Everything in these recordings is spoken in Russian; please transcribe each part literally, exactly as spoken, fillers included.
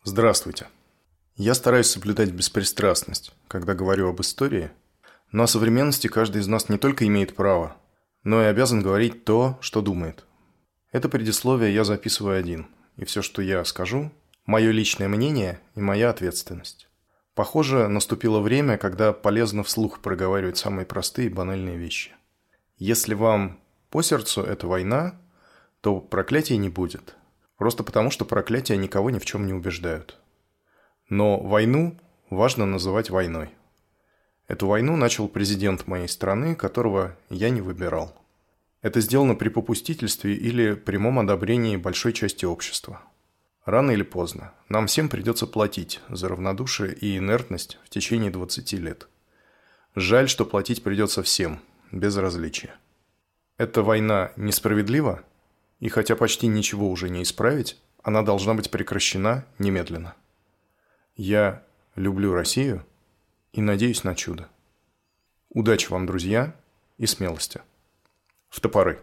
Здравствуйте. Я стараюсь соблюдать беспристрастность, когда говорю об истории, но о современности каждый из нас не только имеет право, но и обязан говорить то, что думает. Это предисловие я записываю один, и все, что я скажу – мое личное мнение и моя ответственность. Похоже, наступило время, когда полезно вслух проговаривать самые простые и банальные вещи. Если вам по сердцу эта война, то проклятий не будет. Просто потому, что проклятия никого ни в чем не убеждают. Но войну важно называть войной. Эту войну начал президент моей страны, которого я не выбирал. Это сделано при попустительстве или прямом одобрении большой части общества. Рано или поздно нам всем придется платить за равнодушие и инертность в течение двадцати лет. Жаль, что платить придется всем, без различия. Эта война несправедлива, и хотя почти ничего уже не исправить, она должна быть прекращена немедленно. Я люблю Россию и надеюсь на чудо. Удачи вам, друзья, и смелости. В топоры.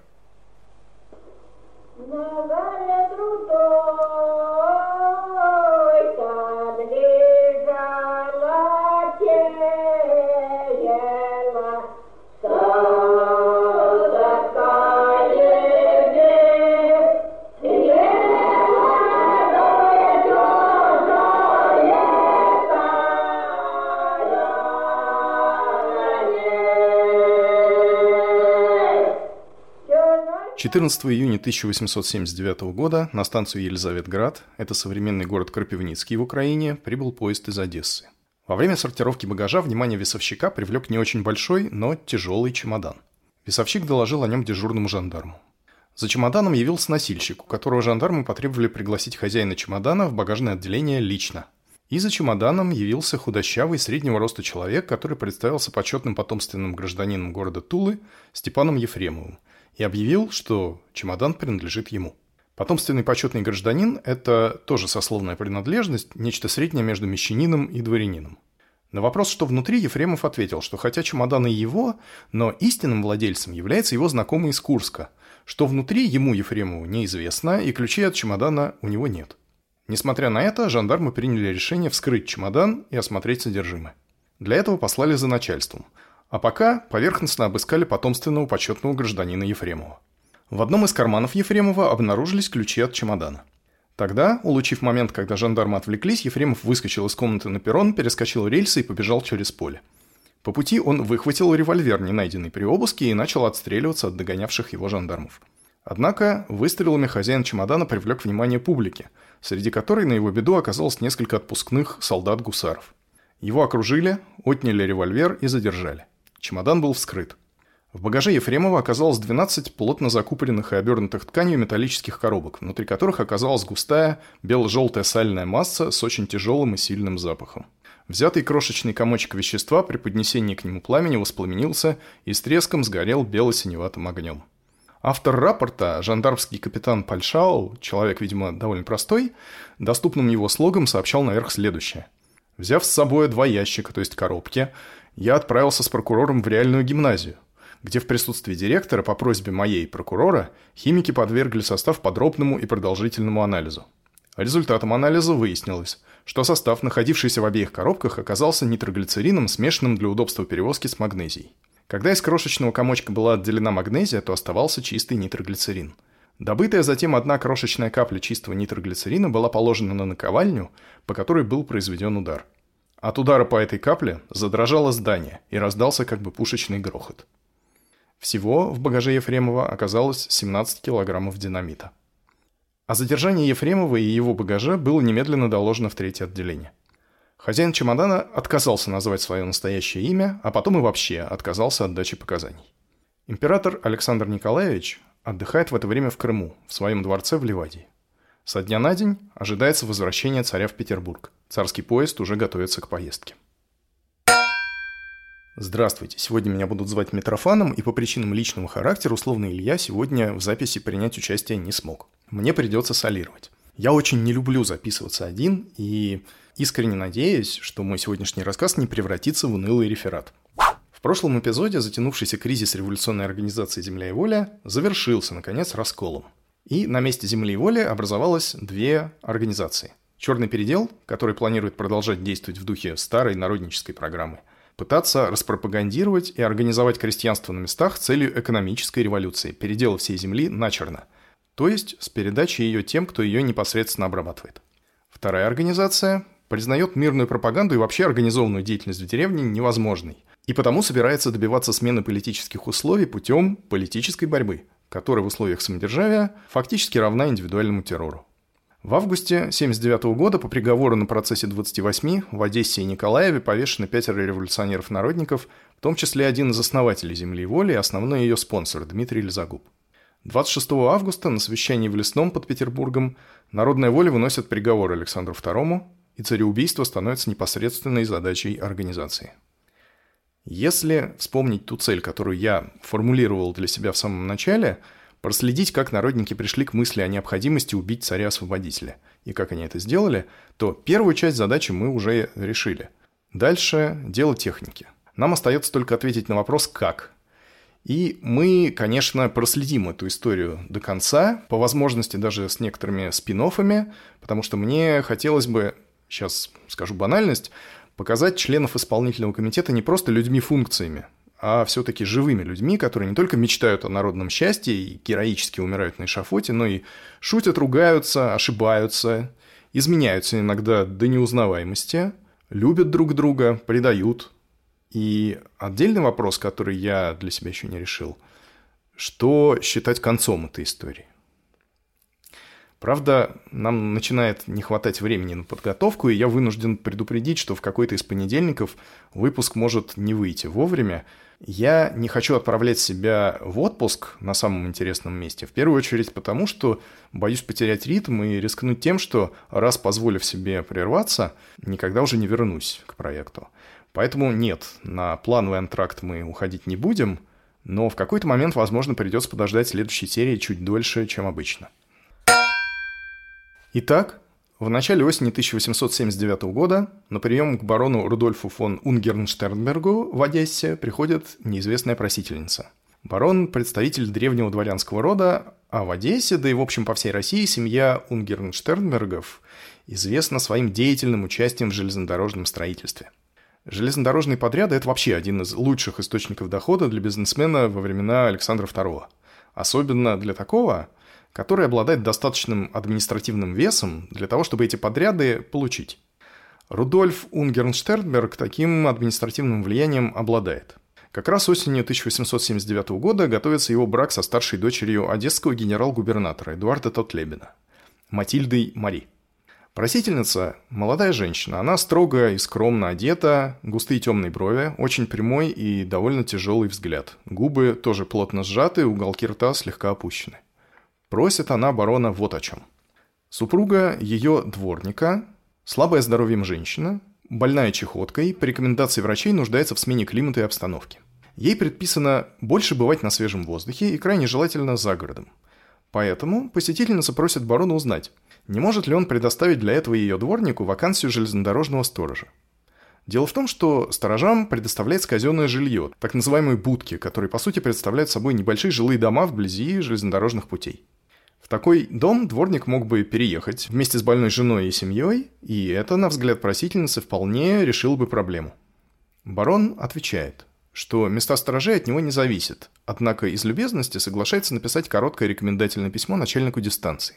четырнадцатого июня тысяча восемьсот семьдесят девятого года на станцию Елизаветград, это современный город Кропивницкий в Украине, прибыл поезд из Одессы. Во время сортировки багажа внимание весовщика привлек не очень большой, но тяжелый чемодан. Весовщик доложил о нем дежурному жандарму. За чемоданом явился носильщик, у которого жандармы потребовали пригласить хозяина чемодана в багажное отделение лично. И за чемоданом явился худощавый среднего роста человек, который представился почетным потомственным гражданином города Тулы Степаном Ефремовым, и объявил, что чемодан принадлежит ему. Потомственный почетный гражданин – это тоже сословная принадлежность, нечто среднее между мещанином и дворянином. На вопрос, что внутри, Ефремов ответил, что хотя чемодан и его, но истинным владельцем является его знакомый из Курска, что внутри ему, Ефремову, неизвестно, и ключей от чемодана у него нет. Несмотря на это, жандармы приняли решение вскрыть чемодан и осмотреть содержимое. Для этого послали за начальством – а пока поверхностно обыскали потомственного почетного гражданина Ефремова. В одном из карманов Ефремова обнаружились ключи от чемодана. Тогда, улучив момент, когда жандармы отвлеклись, Ефремов выскочил из комнаты на перрон, перескочил рельсы и побежал через поле. По пути он выхватил револьвер, не найденный при обыске, и начал отстреливаться от догонявших его жандармов. Однако выстрелами хозяин чемодана привлек внимание публики, среди которой на его беду оказалось несколько отпускных солдат-гусаров. Его окружили, отняли револьвер и задержали. Чемодан был вскрыт. В багаже Ефремова оказалось двенадцать плотно закупоренных и обернутых тканью металлических коробок, внутри которых оказалась густая бело-желтая сальная масса с очень тяжелым и сильным запахом. Взятый крошечный комочек вещества при поднесении к нему пламени воспламенился и с треском сгорел бело-синеватым огнем. Автор рапорта, жандармский капитан Пальшау, человек, видимо, довольно простой, доступным его слогом сообщал наверх следующее. Взяв с собой два ящика, то есть коробки, я отправился с прокурором в реальную гимназию, где в присутствии директора по просьбе моей прокурора химики подвергли состав подробному и продолжительному анализу. Результатом анализа выяснилось, что состав, находившийся в обеих коробках, оказался нитроглицерином, смешанным для удобства перевозки с магнезией. Когда из крошечного комочка была отделена магнезия, то оставался чистый нитроглицерин. Добытая затем одна крошечная капля чистого нитроглицерина была положена на наковальню, по которой был произведен удар. От удара по этой капле задрожало здание и раздался как бы пушечный грохот. Всего в багаже Ефремова оказалось семнадцать килограммов динамита. О задержании Ефремова и его багажа было немедленно доложено в третье отделение. Хозяин чемодана отказался назвать свое настоящее имя, а потом и вообще отказался от дачи показаний. Император Александр Николаевич отдыхает в это время в Крыму, в своем дворце в Ливадии. Со дня на день ожидается возвращение царя в Петербург. Царский поезд уже готовится к поездке. Здравствуйте, сегодня меня будут звать Митрофаном, и по причинам личного характера условно Илья сегодня в записи принять участие не смог. Мне придется солировать. Я очень не люблю записываться один, и искренне надеюсь, что мой сегодняшний рассказ не превратится в унылый реферат. В прошлом эпизоде затянувшийся кризис революционной организации «Земля и воля» завершился, наконец, расколом. И на месте «Земли и воли» образовалось две организации. Черный передел, который планирует продолжать действовать в духе старой народнической программы, пытаться распропагандировать и организовать крестьянство на местах с целью экономической революции, передела всей земли начерно, то есть с передачей ее тем, кто ее непосредственно обрабатывает. Вторая организация признает мирную пропаганду и вообще организованную деятельность в деревне невозможной, и потому собирается добиваться смены политических условий путем политической борьбы, которая в условиях самодержавия фактически равна индивидуальному террору. В августе тысяча девятьсот семьдесят девятого года по приговору на процессе двадцати восьми в Одессе и Николаеве повешены пятеро революционеров-народников, в том числе один из основателей «Земли и воли» и основной ее спонсор Дмитрий Лизагуб. двадцать шестого августа на совещании в Лесном под Петербургом «Народная воля» выносит приговор Александру второму, и цареубийство становится непосредственной задачей организации. Если вспомнить ту цель, которую я формулировал для себя в самом начале, проследить, как народники пришли к мысли о необходимости убить царя-освободителя и как они это сделали, то первую часть задачи мы уже решили. Дальше дело техники. Нам остается только ответить на вопрос «как?». И мы, конечно, проследим эту историю до конца, по возможности даже с некоторыми спин-оффами, потому что мне хотелось бы, сейчас скажу банальность, показать членов исполнительного комитета не просто людьми-функциями, а все-таки живыми людьми, которые не только мечтают о народном счастье и героически умирают на эшафоте, но и шутят, ругаются, ошибаются, изменяются иногда до неузнаваемости, любят друг друга, предают. И отдельный вопрос, который я для себя еще не решил, что считать концом этой истории. Правда, нам начинает не хватать времени на подготовку, и я вынужден предупредить, что в какой-то из понедельников выпуск может не выйти вовремя. Я не хочу отправлять себя в отпуск на самом интересном месте, в первую очередь потому, что боюсь потерять ритм и рискнуть тем, что, раз позволив себе прерваться, никогда уже не вернусь к проекту. Поэтому нет, на плановый антракт мы уходить не будем, но в какой-то момент, возможно, придется подождать следующей серии чуть дольше, чем обычно. Итак, в начале осени тысяча восемьсот семьдесят девятого года на прием к барону Рудольфу фон Унгерн-Штернбергу в Одессе приходит неизвестная просительница. Барон – представитель древнего дворянского рода, а в Одессе, да и в общем по всей России, семья Унгерн-Штернбергов известна своим деятельным участием в железнодорожном строительстве. Железнодорожные подряды – это вообще один из лучших источников дохода для бизнесмена во времена Александра второго. Особенно для такого, который обладает достаточным административным весом для того, чтобы эти подряды получить. Рудольф Унгерн-Штернберг таким административным влиянием обладает. Как раз осенью тысяча восемьсот семьдесят девятого года готовится его брак со старшей дочерью одесского генерал-губернатора Эдуарда Тотлебена, Матильдой Мари. Просительница – молодая женщина, она строго и скромно одета, густые темные брови, очень прямой и довольно тяжелый взгляд. Губы тоже плотно сжаты, уголки рта слегка опущены. Просит она барона вот о чем. Супруга ее дворника, слабая здоровьем женщина, больная чехоткой, по рекомендации врачей нуждается в смене климата и обстановки. Ей предписано больше бывать на свежем воздухе и крайне желательно за городом. Поэтому посетительница просит барона узнать, не может ли он предоставить для этого ее дворнику вакансию железнодорожного сторожа. Дело в том, что сторожам предоставляется казенное жилье, так называемые будки, которые по сути представляют собой небольшие жилые дома вблизи железнодорожных путей. В такой дом дворник мог бы переехать вместе с больной женой и семьей, и это, на взгляд просительницы, вполне решило бы проблему. Барон отвечает, что места сторожей от него не зависят, однако из любезности соглашается написать короткое рекомендательное письмо начальнику дистанции.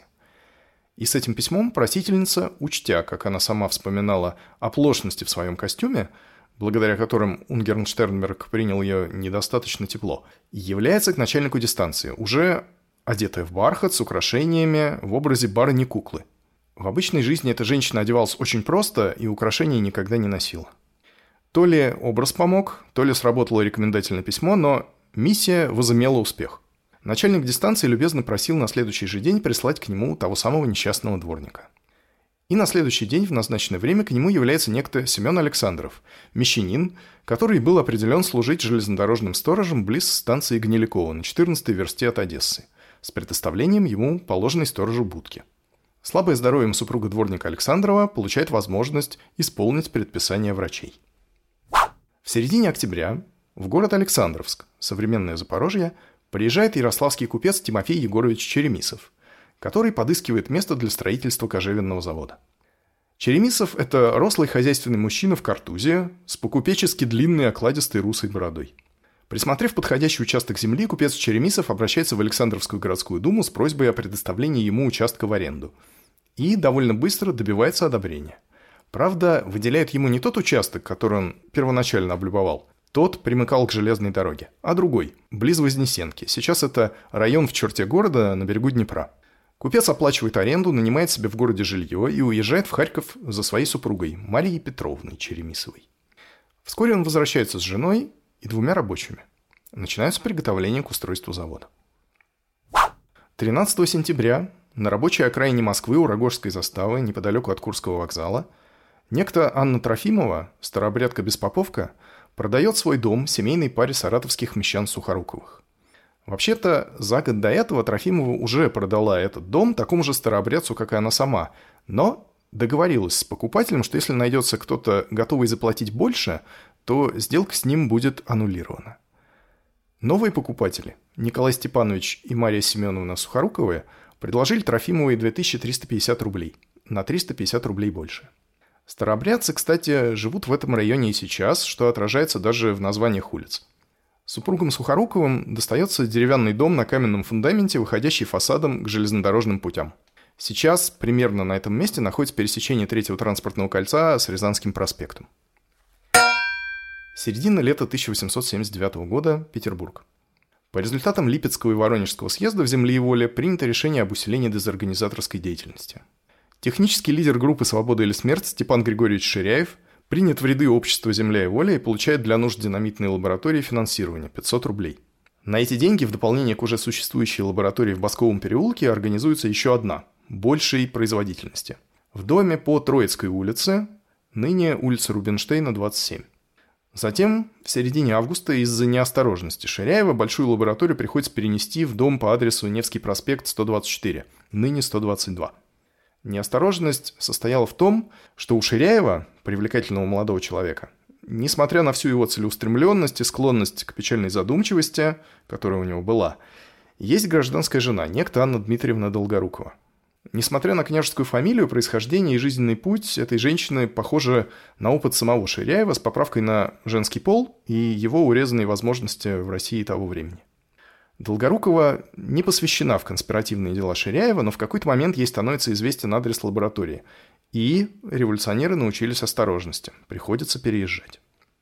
И с этим письмом просительница, учтя, как она сама вспоминала, оплошности в своем костюме, благодаря которым Унгерн-Штернберг принял ее недостаточно тепло, является к начальнику дистанции, уже одетая в бархат с украшениями в образе барыни-куклы. В обычной жизни эта женщина одевалась очень просто и украшений никогда не носила. То ли образ помог, то ли сработало рекомендательное письмо, но миссия возымела успех. Начальник дистанции любезно просил на следующий же день прислать к нему того самого несчастного дворника. И на следующий день в назначенное время к нему является некто Семен Александров, мещанин, который был определен служить железнодорожным сторожем близ станции Гнилякова на четырнадцатой версте от Одессы, с предоставлением ему положенной сторожу будки. Слабая здоровьем супруга дворника Александрова получает возможность исполнить предписание врачей. В середине октября в город Александровск, современное Запорожье, приезжает ярославский купец Тимофей Егорович Черемисов, который подыскивает место для строительства кожевенного завода. Черемисов – это рослый хозяйственный мужчина в картузе с покупечески длинной окладистой русой бородой. Присмотрев подходящий участок земли, купец Черемисов обращается в Александровскую городскую думу с просьбой о предоставлении ему участка в аренду. И довольно быстро добивается одобрения. Правда, выделяет ему не тот участок, который он первоначально облюбовал. Тот примыкал к железной дороге, а другой, близ Вознесенки. Сейчас это район в черте города на берегу Днепра. Купец оплачивает аренду, нанимает себе в городе жилье и уезжает в Харьков за своей супругой, Марией Петровной Черемисовой. Вскоре он возвращается с женой и двумя рабочими. Начинаются приготовления к устройству завода. тринадцатого сентября на рабочей окраине Москвы у Рогожской заставы, неподалеку от Курского вокзала, некто Анна Трофимова, старообрядка-беспоповка, продает свой дом семейной паре саратовских мещан Сухоруковых. Вообще-то, за год до этого Трофимова уже продала этот дом такому же старообрядцу, как и она сама, но договорилась с покупателем, что если найдется кто-то, готовый заплатить больше, то сделка с ним будет аннулирована. Новые покупатели, Николай Степанович и Мария Семеновна Сухоруковые, предложили Трофимовой две тысячи триста пятьдесят рублей, на триста пятьдесят рублей больше. Старообрядцы, кстати, живут в этом районе и сейчас, что отражается даже в названиях улиц. Супругам Сухоруковым достается деревянный дом на каменном фундаменте, выходящий фасадом к железнодорожным путям. Сейчас примерно на этом месте находится пересечение третьего транспортного кольца с Рязанским проспектом. Середина лета тысяча восемьсот семьдесят девятого года, Петербург. По результатам Липецкого и Воронежского съездов «Земли и воли» принято решение об усилении дезорганизаторской деятельности. Технический лидер группы «Свобода или смерть» Степан Григорьевич Ширяев принят в ряды общества «Земля и воля» и получает для нужд динамитной лаборатории финансирование – пятьсот рублей. На эти деньги в дополнение к уже существующей лаборатории в Басковом переулке организуется еще одна, большей производительности. В доме по Троицкой улице, ныне улица Рубинштейна, двадцать семь. Затем, в середине августа, из-за неосторожности Ширяева большую лабораторию приходится перенести в дом по адресу Невский проспект, сто двадцать четыре, ныне сто двадцать два. Неосторожность состояла в том, что у Ширяева, привлекательного молодого человека, несмотря на всю его целеустремленность и склонность к печальной задумчивости, которая у него была, есть гражданская жена, некто Анна Дмитриевна Долгорукова. Несмотря на княжескую фамилию, происхождение и жизненный путь этой женщины похожи на опыт самого Ширяева с поправкой на женский пол и его урезанные возможности в России того времени. Долгорукова не посвящена в конспиративные дела Ширяева, но в какой-то момент ей становится известен адрес лаборатории. И революционеры научились осторожности. Приходится переезжать.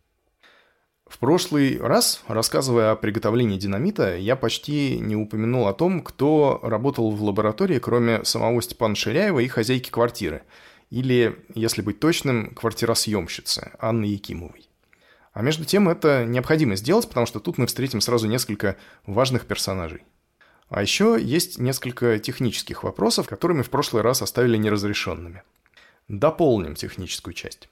В прошлый раз, рассказывая о приготовлении динамита, я почти не упомянул о том, кто работал в лаборатории, кроме самого Степана Ширяева и хозяйки квартиры. Или, если быть точным, квартиросъемщицы Анны Якимовой. А между тем это необходимо сделать, потому что тут мы встретим сразу несколько важных персонажей. А еще есть несколько технических вопросов, которые мы в прошлый раз оставили неразрешенными. Дополним техническую часть.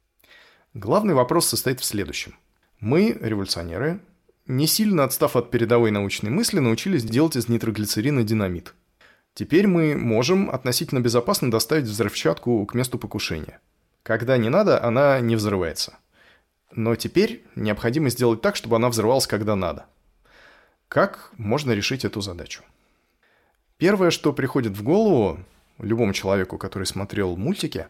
Главный вопрос состоит в следующем. Мы, революционеры, не сильно отстав от передовой научной мысли, научились делать из нитроглицерина динамит. Теперь мы можем относительно безопасно доставить взрывчатку к месту покушения. Когда не надо, она не взрывается. Но теперь необходимо сделать так, чтобы она взрывалась, когда надо. Как можно решить эту задачу? Первое, что приходит в голову любому человеку, который смотрел мультики,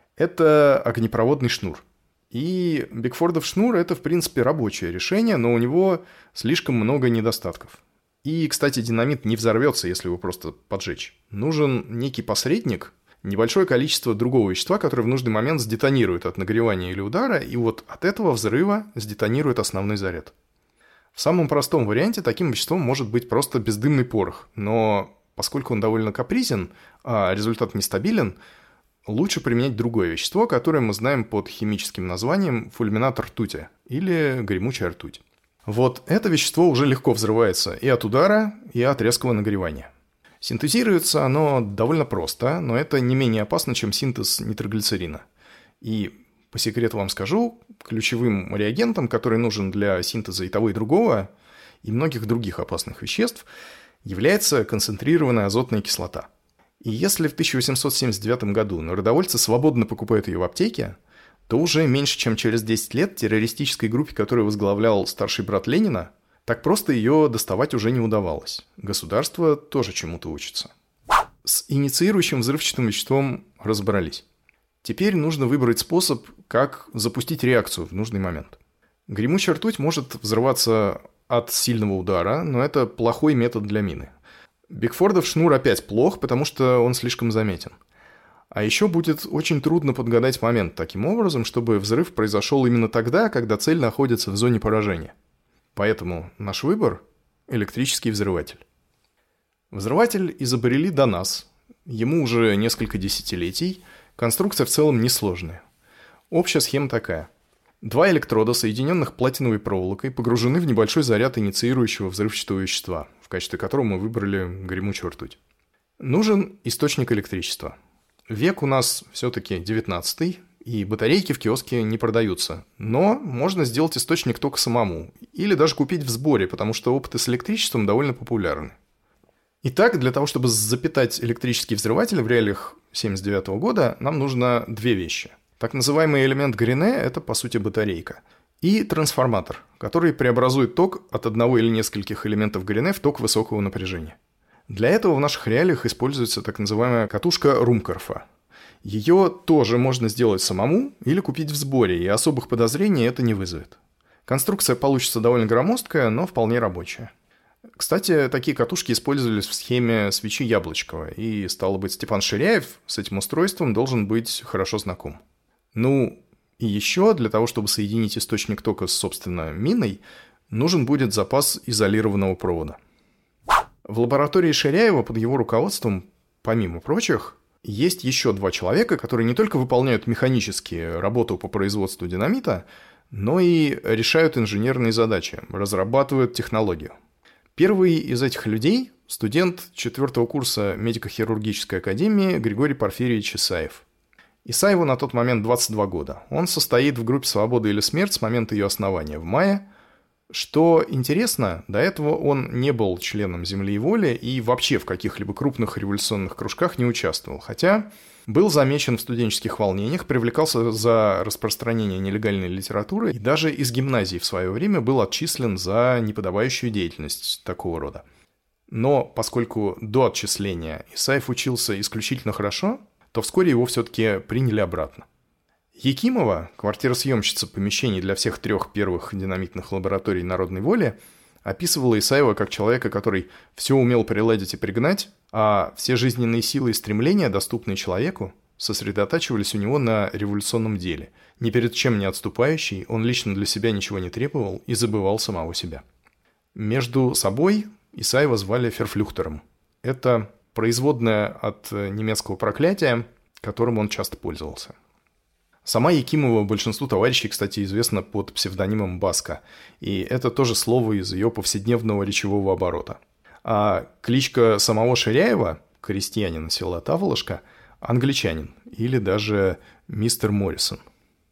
это огнепроводный шнур. И Бигфордов шнур – это, в принципе, рабочее решение, но у него слишком много недостатков. И, кстати, динамит не взорвется, если его просто поджечь. Нужен некий посредник, небольшое количество другого вещества, которое в нужный момент сдетонирует от нагревания или удара, и вот от этого взрыва сдетонирует основной заряд. В самом простом варианте таким веществом может быть просто бездымный порох, но поскольку он довольно капризен, а результат нестабилен, лучше применять другое вещество, которое мы знаем под химическим названием фульминат ртути или гремучая ртуть. Вот это вещество уже легко взрывается и от удара, и от резкого нагревания. Синтезируется оно довольно просто, но это не менее опасно, чем синтез нитроглицерина. И по секрету вам скажу, ключевым реагентом, который нужен для синтеза и того, и другого, и многих других опасных веществ, является концентрированная азотная кислота. И если в тысяча восемьсот семьдесят девятом году народовольцы свободно покупают ее в аптеке, то уже меньше чем через десять лет террористической группе, которую возглавлял старший брат Ленина, так просто ее доставать уже не удавалось. Государство тоже чему-то учится. С инициирующим взрывчатым веществом разобрались. Теперь нужно выбрать способ, как запустить реакцию в нужный момент. Гремучая ртуть может взрываться от сильного удара, но это плохой метод для мины. Бигфордов шнур опять плох, потому что он слишком заметен. А еще будет очень трудно подгадать момент таким образом, чтобы взрыв произошел именно тогда, когда цель находится в зоне поражения. Поэтому наш выбор – электрический взрыватель. Взрыватель изобрели до нас. Ему уже несколько десятилетий. Конструкция в целом несложная. Общая схема такая. Два электрода, соединенных платиновой проволокой, погружены в небольшой заряд инициирующего взрывчатого вещества, в качестве которого мы выбрали гремучую ртуть. Нужен источник электричества. Век у нас все-таки девятнадцатый, и батарейки в киоске не продаются. Но можно сделать источник тока самому, или даже купить в сборе, потому что опыты с электричеством довольно популярны. Итак, для того, чтобы запитать электрический взрыватель в реалиях семьдесят девятого года, нам нужно две вещи. Так называемый элемент Грене – это, по сути, батарейка. И трансформатор, который преобразует ток от одного или нескольких элементов Грене в ток высокого напряжения. Для этого в наших реалиях используется так называемая катушка Румкорфа. Ее тоже можно сделать самому или купить в сборе, и особых подозрений это не вызовет. Конструкция получится довольно громоздкая, но вполне рабочая. Кстати, такие катушки использовались в схеме свечи Яблочкова, и, стало быть, Степан Ширяев с этим устройством должен быть хорошо знаком. Ну, и еще для того, чтобы соединить источник тока с, собственно, миной, нужен будет запас изолированного провода. В лаборатории Ширяева под его руководством, помимо прочих, есть еще два человека, которые не только выполняют механические работу по производству динамита, но и решают инженерные задачи, разрабатывают технологию. Первый из этих людей – студент четвертого курса медико-хирургической академии Григорий Порфирьевич Исаев. Исаеву на тот момент двадцать два года. Он состоит в группе «Свобода или смерть» с момента ее основания в мае. Что интересно, до этого он не был членом «Земли и воли» и вообще в каких-либо крупных революционных кружках не участвовал, хотя был замечен в студенческих волнениях, привлекался за распространение нелегальной литературы и даже из гимназии в свое время был отчислен за неподобающую деятельность такого рода. Но поскольку до отчисления Исаев учился исключительно хорошо, то вскоре его все-таки приняли обратно. Якимова, квартиросъемщица помещений для всех трех первых динамитных лабораторий народной воли, описывала Исаева как человека, который все умел приладить и пригнать, а все жизненные силы и стремления, доступные человеку, сосредотачивались у него на революционном деле. Ни перед чем не отступающий, он лично для себя ничего не требовал и забывал самого себя. Между собой Исаева звали Ферфлюхтером. Это производная от немецкого проклятия, которым он часто пользовался. Сама Якимова большинству товарищей, кстати, известна под псевдонимом Баска, и это тоже слово из ее повседневного речевого оборота. А кличка самого Ширяева, крестьянина села Таволошка, англичанин или даже мистер Моррисон.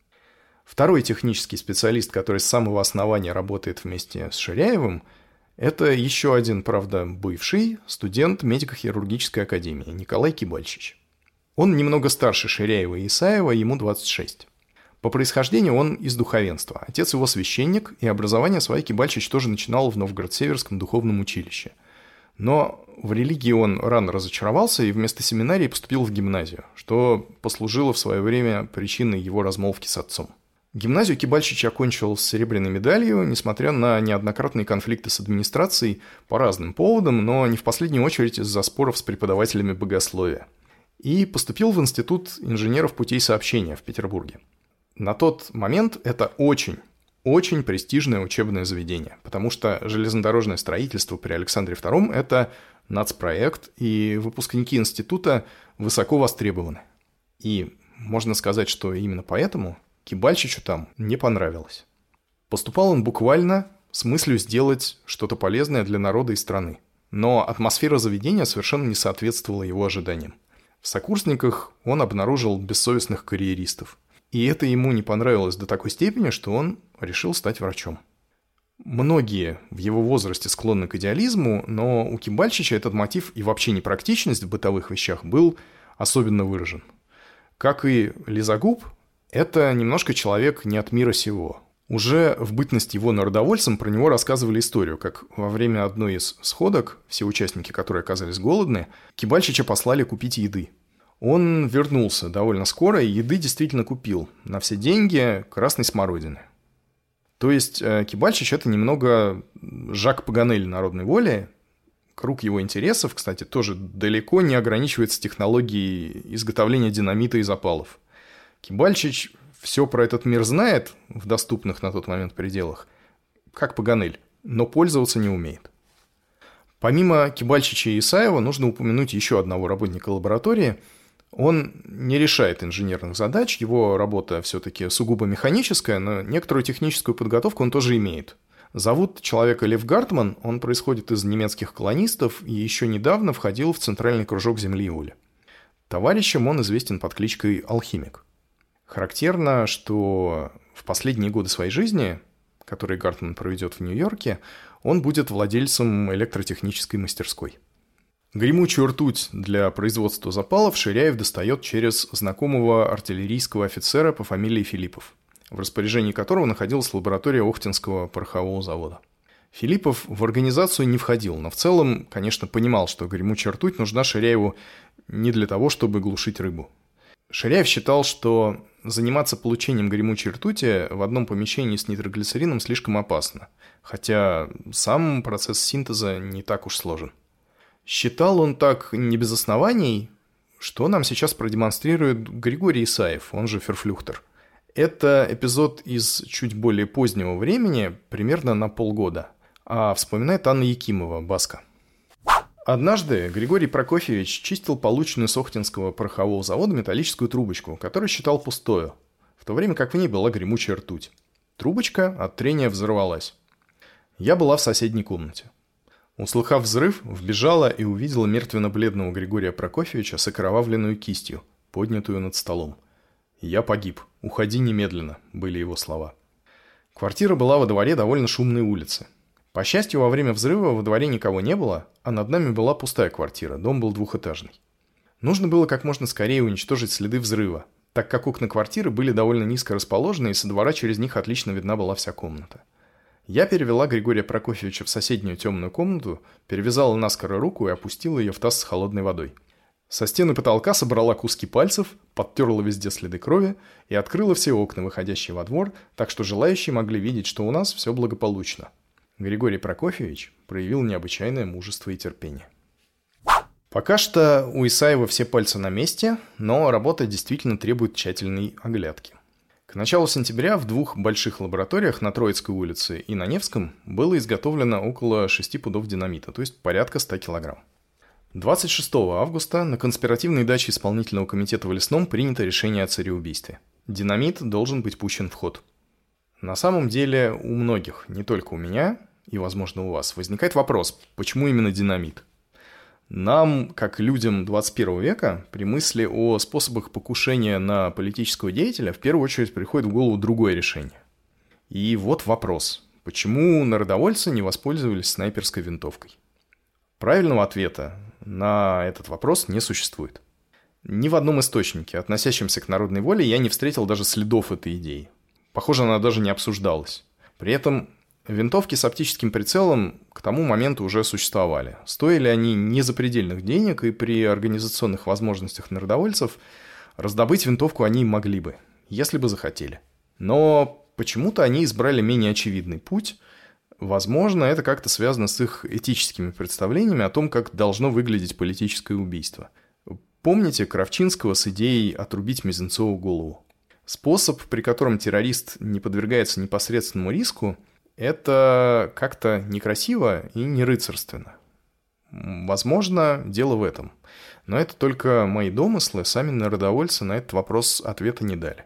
Второй технический специалист, который с самого основания работает вместе с Ширяевым, это еще один, правда, бывший студент медико-хирургической академии Николай Кибальчич. Он немного старше Ширяева и Исаева, ему двадцать шесть. По происхождению он из духовенства. Отец его священник, и образование свое Кибальчич тоже начинал в Новгород-Северском духовном училище. Но в религии он рано разочаровался и вместо семинарии поступил в гимназию, что послужило в свое время причиной его размолвки с отцом. Гимназию Кибальчич окончил с серебряной медалью, несмотря на неоднократные конфликты с администрацией по разным поводам, но не в последнюю очередь из-за споров с преподавателями богословия. И поступил в Институт инженеров путей сообщения в Петербурге. На тот момент это очень, очень престижное учебное заведение, потому что железнодорожное строительство при Александре втором – это нацпроект, и выпускники института высоко востребованы. И можно сказать, что именно поэтому Кибальчичу там не понравилось. Поступал он буквально с мыслью сделать что-то полезное для народа и страны, но атмосфера заведения совершенно не соответствовала его ожиданиям. В сокурсниках он обнаружил бессовестных карьеристов. И это ему не понравилось до такой степени, что он решил стать врачом. Многие в его возрасте склонны к идеализму, но у Кибальчича этот мотив и вообще непрактичность в бытовых вещах был особенно выражен. Как и Лизагуб, это немножко человек не от мира сего. Уже в бытность его народовольцем про него рассказывали историю, как во время одной из сходок, все участники, которые оказались голодны, Кибальчича послали купить еды. Он вернулся довольно скоро и еды действительно купил. На все деньги красной смородины. То есть Кибальчич – это немного Жак Паганель народной воли. Круг его интересов, кстати, тоже далеко не ограничивается технологией изготовления динамита и запалов. Кибальчич все про этот мир знает в доступных на тот момент пределах, как Паганель, но пользоваться не умеет. Помимо Кибальчича и Исаева нужно упомянуть еще одного работника лаборатории. Он не решает инженерных задач, его работа все-таки сугубо механическая, но некоторую техническую подготовку он тоже имеет. Зовут человека Лев Гартман, он происходит из немецких колонистов и еще недавно входил в центральный кружок земли и воли. Товарищем он известен под кличкой Алхимик. Характерно, что в последние годы своей жизни, которые Гартман проведет в Нью-Йорке, он будет владельцем электротехнической мастерской. Гремучую ртуть для производства запалов Ширяев достает через знакомого артиллерийского офицера по фамилии Филиппов, в распоряжении которого находилась лаборатория Охтинского порохового завода. Филиппов в организацию не входил, но в целом, конечно, понимал, что гремучая ртуть нужна Ширяеву не для того, чтобы глушить рыбу. Ширяев считал, что заниматься получением гремучей ртути в одном помещении с нитроглицерином слишком опасно, хотя сам процесс синтеза не так уж сложен. Считал он так не без оснований, что нам сейчас продемонстрирует Григорий Исаев, он же Ферфлюхтер. Это эпизод из чуть более позднего времени, примерно на полгода, а вспоминает Анна Якимова, Баска. Однажды Григорий Прокофьевич чистил полученную с Охтинского порохового завода металлическую трубочку, которую считал пустою, в то время как в ней была гремучая ртуть. Трубочка от трения взорвалась. Я была в соседней комнате. Услыхав взрыв, вбежала и увидела мертвенно-бледного Григория Прокофьевича с окровавленную кистью, поднятую над столом. «Я погиб. Уходи немедленно», — были его слова. Квартира была во дворе довольно шумной улицы. По счастью, во время взрыва во дворе никого не было, а над нами была пустая квартира, дом был двухэтажный. Нужно было как можно скорее уничтожить следы взрыва, так как окна квартиры были довольно низко расположены, и со двора через них отлично видна была вся комната. Я перевела Григория Прокофьевича в соседнюю темную комнату, перевязала наскоро руку и опустила ее в таз с холодной водой. Со стены потолка собрала куски пальцев, подтерла везде следы крови и открыла все окна, выходящие во двор, так что желающие могли видеть, что у нас все благополучно. Григорий Прокофьевич проявил необычайное мужество и терпение. Пока что у Исаева все пальцы на месте, но работа действительно требует тщательной оглядки. К началу сентября в двух больших лабораториях на Троицкой улице и на Невском было изготовлено около шести пудов динамита, то есть порядка ста килограмм. двадцать шестого августа на конспиративной даче исполнительного комитета в Лесном принято решение о цареубийстве. Динамит должен быть пущен в ход. На самом деле у многих, не только у меня и, возможно, у вас, возникает вопрос, почему именно динамит? Нам, как людям двадцать первого века, при мысли о способах покушения на политического деятеля в первую очередь приходит в голову другое решение. И вот вопрос, почему народовольцы не воспользовались снайперской винтовкой? Правильного ответа на этот вопрос не существует. Ни в одном источнике, относящемся к народной воле, я не встретил даже следов этой идеи. Похоже, она даже не обсуждалась. При этом винтовки с оптическим прицелом к тому моменту уже существовали. Стоили они незапредельных денег, и при организационных возможностях народовольцев раздобыть винтовку они могли бы, если бы захотели. Но почему-то они избрали менее очевидный путь. Возможно, это как-то связано с их этическими представлениями о том, как должно выглядеть политическое убийство. Помните Кравчинского с идеей отрубить Мезенцову голову? Способ, при котором террорист не подвергается непосредственному риску, это как-то некрасиво и не рыцарственно. Возможно, дело в этом. Но это только мои домыслы, сами народовольцы на этот вопрос ответа не дали.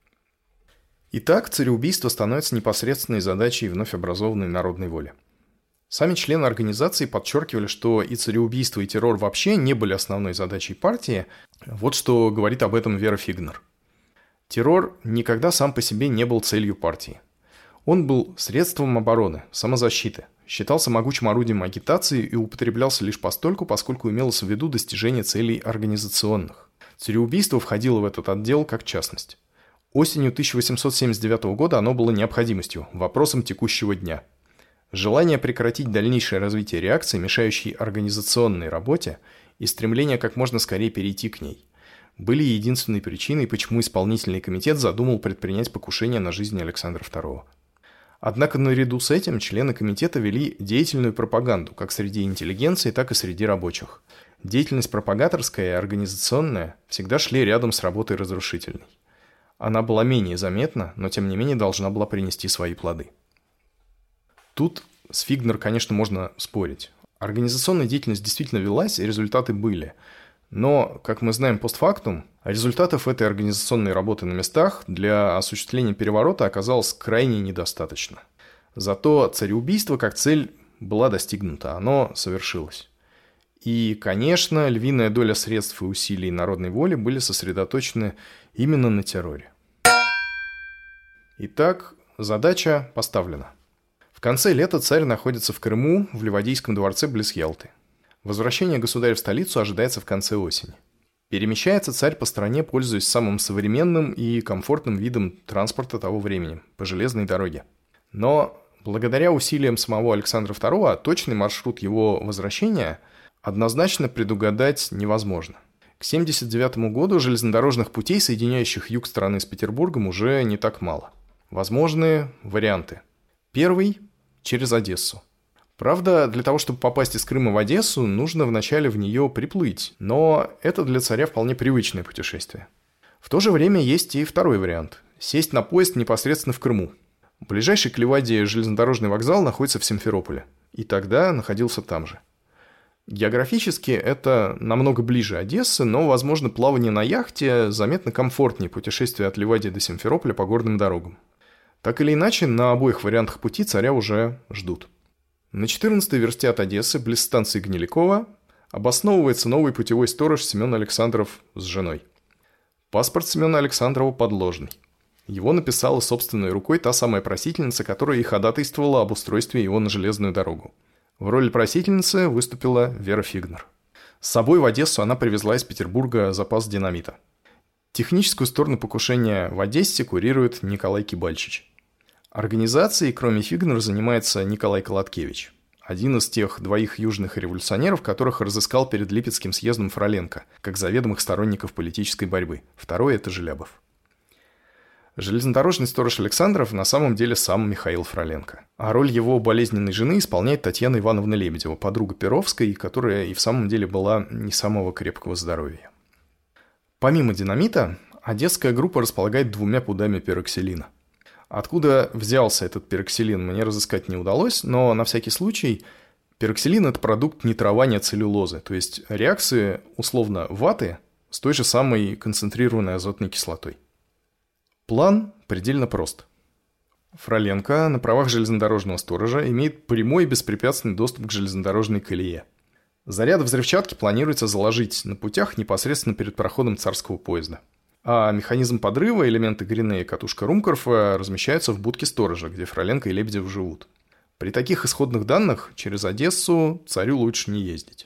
Итак, цареубийство становится непосредственной задачей вновь образованной народной воли. Сами члены организации подчеркивали, что и цареубийство, и террор вообще не были основной задачей партии. Вот что говорит об этом Вера Фигнер. Террор никогда сам по себе не был целью партии. Он был средством обороны, самозащиты, считался могучим орудием агитации и употреблялся лишь постольку, поскольку имелось в виду достижение целей организационных. Цареубийство входило в этот отдел как частность. Осенью тысяча восемьсот семьдесят девятого года оно было необходимостью, вопросом текущего дня. Желание прекратить дальнейшее развитие реакции, мешающей организационной работе, и стремление как можно скорее перейти к ней. были единственной причиной, почему исполнительный комитет задумал предпринять покушение на жизнь Александра второго. Однако наряду с этим члены комитета вели деятельную пропаганду как среди интеллигенции, так и среди рабочих. Деятельность пропагаторская и организационная всегда шли рядом с работой разрушительной. Она была менее заметна, но тем не менее должна была принести свои плоды. Тут с Фигнер, конечно, можно спорить. Организационная деятельность действительно велась, и результаты были. Но, как мы знаем постфактум, результатов этой организационной работы на местах для осуществления переворота оказалось крайне недостаточно. Зато цареубийство как цель была достигнута, оно совершилось. И, конечно, львиная доля средств и усилий народной воли были сосредоточены именно на терроре. Итак, задача поставлена. В конце лета царь находится в Крыму, в Ливадийском дворце близ Ялты. Возвращение государя в столицу ожидается в конце осени. Перемещается царь по стране, пользуясь самым современным и комфортным видом транспорта того времени – по железной дороге. Но благодаря усилиям самого Александра второго точный маршрут его возвращения однозначно предугадать невозможно. К семьдесят девятому году железнодорожных путей, соединяющих юг страны с Петербургом, уже не так мало. Возможны варианты. Первый – через Одессу. Правда, для того, чтобы попасть из Крыма в Одессу, нужно вначале в нее приплыть, но это для царя вполне привычное путешествие. В то же время есть и второй вариант – сесть на поезд непосредственно в Крыму. Ближайший к Ливадии железнодорожный вокзал находится в Симферополе, и тогда находился там же. Географически это намного ближе Одессы, но, возможно, плавание на яхте заметно комфортнее путешествия от Ливадии до Симферополя по горным дорогам. Так или иначе, на обоих вариантах пути царя уже ждут. На четырнадцатой версте от Одессы, близ станции Гнилякова, обосновывается новый путевой сторож Семен Александров с женой. Паспорт Семена Александрова подложный. Его написала собственной рукой та самая просительница, которая и ходатайствовала об устройстве его на железную дорогу. В роли просительницы выступила Вера Фигнер. С собой в Одессу она привезла из Петербурга запас динамита. Техническую сторону покушения в Одессе курирует Николай Кибальчич. Организацией, кроме Фигнер, занимается Николай Колоткевич, один из тех двоих южных революционеров, которых разыскал перед Липецким съездом Фроленко, как заведомых сторонников политической борьбы. Второй – это Желябов. Железнодорожный сторож Александров на самом деле сам Михаил Фроленко. А роль его болезненной жены исполняет Татьяна Ивановна Лебедева, подруга Перовской, которая и в самом деле была не самого крепкого здоровья. Помимо динамита, одесская группа располагает двумя пудами пероксилина. Откуда взялся этот пероксилин, мне разыскать не удалось, но на всякий случай пероксилин – это продукт нитрования целлюлозы, то есть реакции, условно, ваты с той же самой концентрированной азотной кислотой. План предельно прост. Фроленко на правах железнодорожного сторожа имеет прямой и беспрепятственный доступ к железнодорожной колее. Заряды взрывчатки планируется заложить на путях непосредственно перед проходом царского поезда. А механизм подрыва, элементы Грине и катушка Румкорфа размещаются в будке сторожа, где Фроленко и Лебедев живут. При таких исходных данных через Одессу царю лучше не ездить.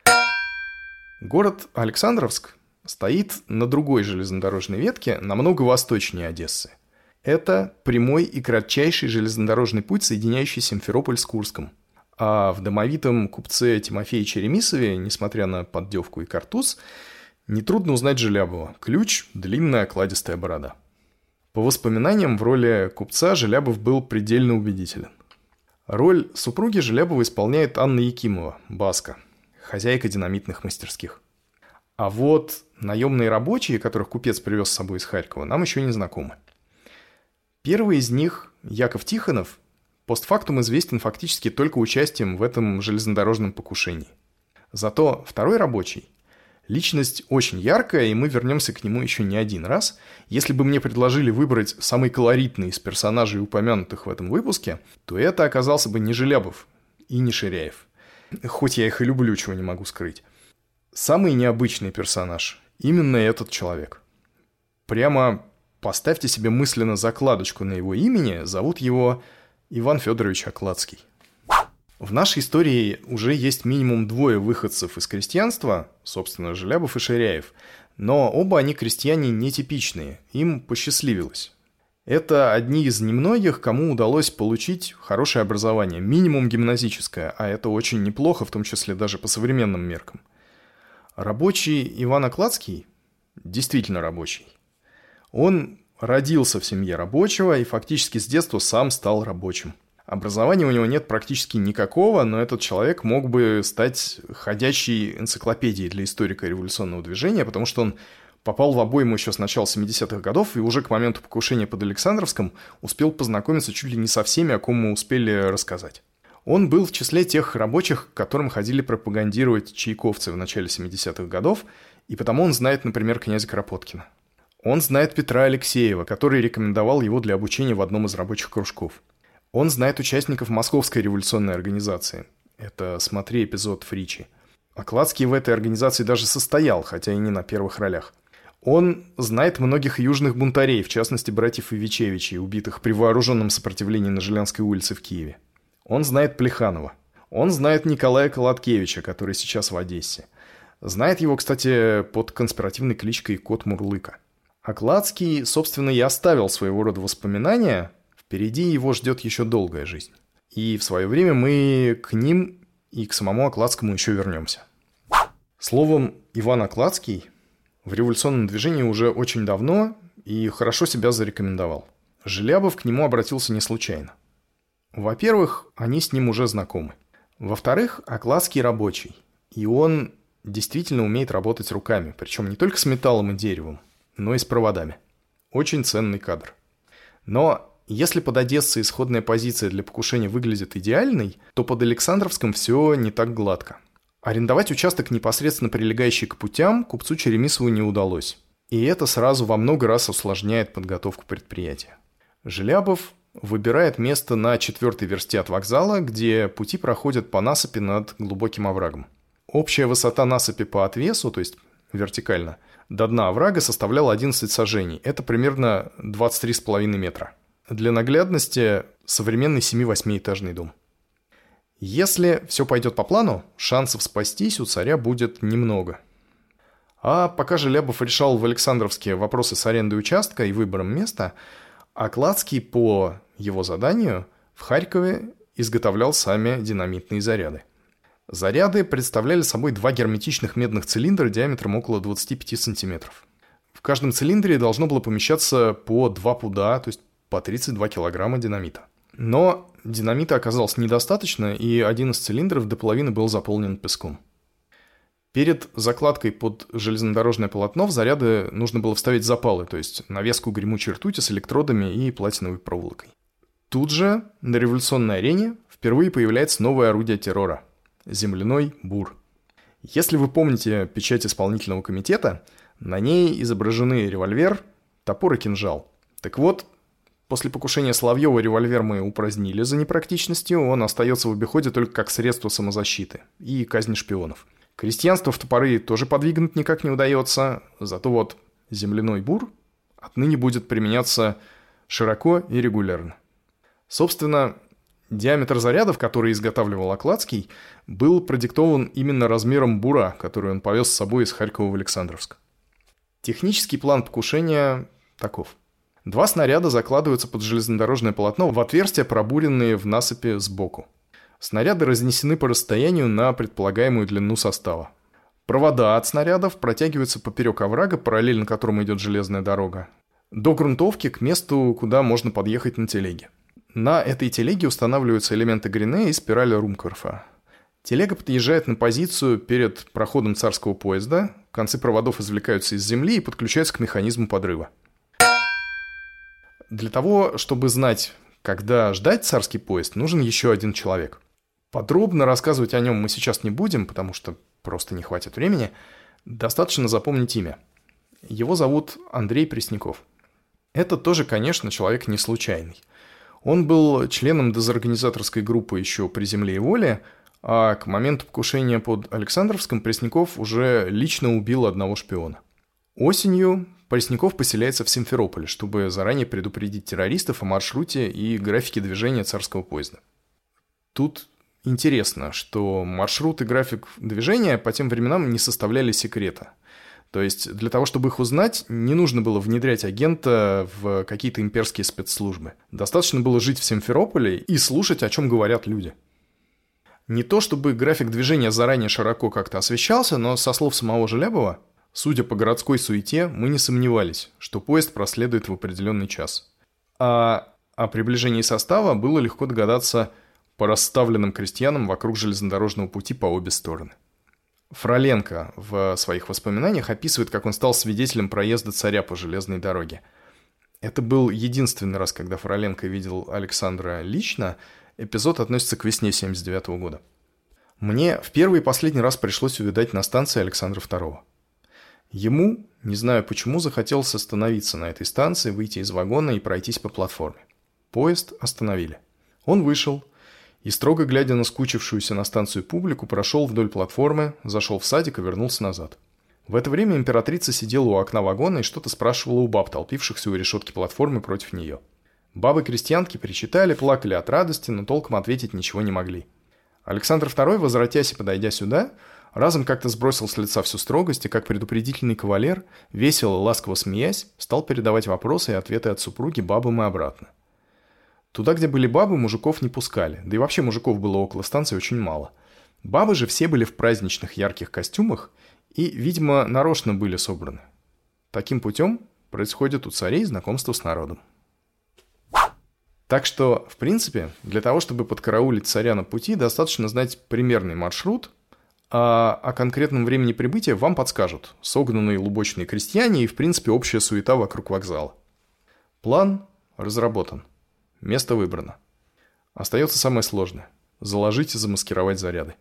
Город Александровск стоит на другой железнодорожной ветке, намного восточнее Одессы. Это прямой и кратчайший железнодорожный путь, соединяющий Симферополь с Курском. А в домовитом купце Тимофее Черемисове, несмотря на поддевку и картуз, нетрудно узнать Желябова. Ключ – длинная окладистая борода. По воспоминаниям, в роли купца Желябов был предельно убедителен. Роль супруги Желябова исполняет Анна Якимова, Баска, хозяйка динамитных мастерских. А вот наемные рабочие, которых купец привез с собой из Харькова, нам еще не знакомы. Первый из них, Яков Тихонов, постфактум известен фактически только участием в этом железнодорожном покушении. Зато второй рабочий – личность очень яркая, и мы вернемся к нему еще не один раз. Если бы мне предложили выбрать самый колоритный из персонажей, упомянутых в этом выпуске, то это оказался бы не Желябов и не Ширяев. Хоть я их и люблю, чего не могу скрыть. Самый необычный персонаж – именно этот человек. Прямо поставьте себе мысленно закладочку на его имени, зовут его Иван Федорович Окладский. В нашей истории уже есть минимум двое выходцев из крестьянства, собственно, Желябов и Ширяев, но оба они крестьяне нетипичные, им посчастливилось. Это одни из немногих, кому удалось получить хорошее образование, минимум гимназическое, а это очень неплохо, в том числе даже по современным меркам. Рабочий Иван Окладский действительно рабочий. Он родился в семье рабочего и фактически с детства сам стал рабочим. Образования у него нет практически никакого, но этот человек мог бы стать ходячей энциклопедией для историка революционного движения, потому что он попал в обойму еще с начала семидесятых годов и уже к моменту покушения под Александровском успел познакомиться чуть ли не со всеми, о ком мы успели рассказать. Он был в числе тех рабочих, к которым ходили пропагандировать чайковцы в начале семидесятых годов, и потому он знает, например, князя Кропоткина. Он знает Петра Алексеева, который рекомендовал его для обучения в одном из рабочих кружков. Он знает участников Московской революционной организации. Это смотри эпизод Фричи. Окладский в этой организации даже состоял, хотя и не на первых ролях. Он знает многих южных бунтарей, в частности, братьев Ивичевичей, убитых при вооруженном сопротивлении на Жилянской улице в Киеве. Он знает Плеханова. Он знает Николая Колоткевича, который сейчас в Одессе. Знает его, кстати, под конспиративной кличкой Кот Мурлыка. Окладский, собственно, и оставил своего рода воспоминания. Впереди его ждет еще долгая жизнь. И в свое время мы к ним и к самому Окладскому еще вернемся. Словом, Иван Окладский в революционном движении уже очень давно и хорошо себя зарекомендовал. Желябов к нему обратился не случайно. Во-первых, они с ним уже знакомы. Во-вторых, Окладский рабочий. И он действительно умеет работать руками. Причем не только с металлом и деревом, но и с проводами. Очень ценный кадр. Но если под Одессой исходная позиция для покушения выглядит идеальной, то под Александровском все не так гладко. Арендовать участок, непосредственно прилегающий к путям, купцу Черемисову не удалось. И это сразу во много раз усложняет подготовку предприятия. Желябов выбирает место на четвертой версте от вокзала, где пути проходят по насыпи над глубоким оврагом. Общая высота насыпи по отвесу, то есть вертикально, до дна оврага составляла одиннадцать сажений. Это примерно двадцать три с половиной метра. Для наглядности современный семи-восьмиэтажный дом. Если все пойдет по плану, шансов спастись у царя будет немного. А пока Желябов решал в Александровске вопросы с арендой участка и выбором места, Окладский по его заданию в Харькове изготовлял сами динамитные заряды. Заряды представляли собой два герметичных медных цилиндра диаметром около двадцать пять сантиметров. В каждом цилиндре должно было помещаться по два пуда, то есть по тридцать два килограмма динамита. Но динамита оказалось недостаточно, и один из цилиндров до половины был заполнен песком. Перед закладкой под железнодорожное полотно в заряды нужно было вставить запалы, то есть навеску гремучей ртути с электродами и платиновой проволокой. Тут же на революционной арене впервые появляется новое орудие террора – земляной бур. Если вы помните печать исполнительного комитета, на ней изображены револьвер, топор и кинжал. Так вот, после покушения Соловьева револьвер мы упразднили за непрактичностью, он остается в обиходе только как средство самозащиты и казни шпионов. Крестьянство в топоры тоже подвигнуть никак не удается, зато вот земляной бур отныне будет применяться широко и регулярно. Собственно, диаметр зарядов, который изготавливал Окладский, был продиктован именно размером бура, который он повез с собой из Харькова в Александровск. Технический план покушения таков. Два снаряда закладываются под железнодорожное полотно в отверстия, пробуренные в насыпи сбоку. Снаряды разнесены по расстоянию на предполагаемую длину состава. Провода от снарядов протягиваются поперек оврага, параллельно которому идет железная дорога, до грунтовки к месту, куда можно подъехать на телеге. На этой телеге устанавливаются элементы Грине и спирали Румкорфа. Телега подъезжает на позицию перед проходом царского поезда, концы проводов извлекаются из земли и подключаются к механизму подрыва. Для того, чтобы знать, когда ждать царский поезд, нужен еще один человек. Подробно рассказывать о нем мы сейчас не будем, потому что просто не хватит времени. Достаточно запомнить имя. Его зовут Андрей Пресняков. Это тоже, конечно, человек не случайный. Он был членом дезорганизаторской группы еще при «Земле и воле», а к моменту покушения под Александровском Пресняков уже лично убил одного шпиона. Осенью Пресняков поселяется в Симферополе, чтобы заранее предупредить террористов о маршруте и графике движения царского поезда. Тут интересно, что маршрут и график движения по тем временам не составляли секрета. То есть для того, чтобы их узнать, не нужно было внедрять агента в какие-то имперские спецслужбы. Достаточно было жить в Симферополе и слушать, о чем говорят люди. Не то чтобы график движения заранее широко как-то освещался, но со слов самого Желябова, Судя по городской суете, мы не сомневались, что поезд проследует в определенный час. А о приближении состава было легко догадаться по расставленным крестьянам вокруг железнодорожного пути по обе стороны. Фроленко в своих воспоминаниях описывает, как он стал свидетелем проезда царя по железной дороге. Это был единственный раз, когда Фроленко видел Александра лично. Эпизод относится к весне семьдесят девятого года. Мне в первый и последний раз пришлось увидать на станции Александра второго. Ему, не знаю почему, захотелось остановиться на этой станции, выйти из вагона и пройтись по платформе. Поезд остановили. Он вышел и, строго глядя на скучившуюся на станцию публику, прошел вдоль платформы, зашел в садик и вернулся назад. В это время императрица сидела у окна вагона и что-то спрашивала у баб, толпившихся у решетки платформы против нее. Бабы-крестьянки причитали, плакали от радости, но толком ответить ничего не могли. Александр второй, возвратясь и подойдя сюда, разом как-то сбросил с лица всю строгость и, как предупредительный кавалер, весело, ласково смеясь, стал передавать вопросы и ответы от супруги бабам и обратно. Туда, где были бабы, мужиков не пускали, да и вообще мужиков было около станции очень мало. Бабы же все были в праздничных ярких костюмах и, видимо, нарочно были собраны. Таким путем происходит у царей знакомство с народом. Так что, в принципе, для того, чтобы подкараулить царя на пути, достаточно знать примерный маршрут, а о конкретном времени прибытия вам подскажут согнанные лубочные крестьяне и, в принципе, общая суета вокруг вокзала. План разработан. Место выбрано. Остается самое сложное – заложить и замаскировать заряды.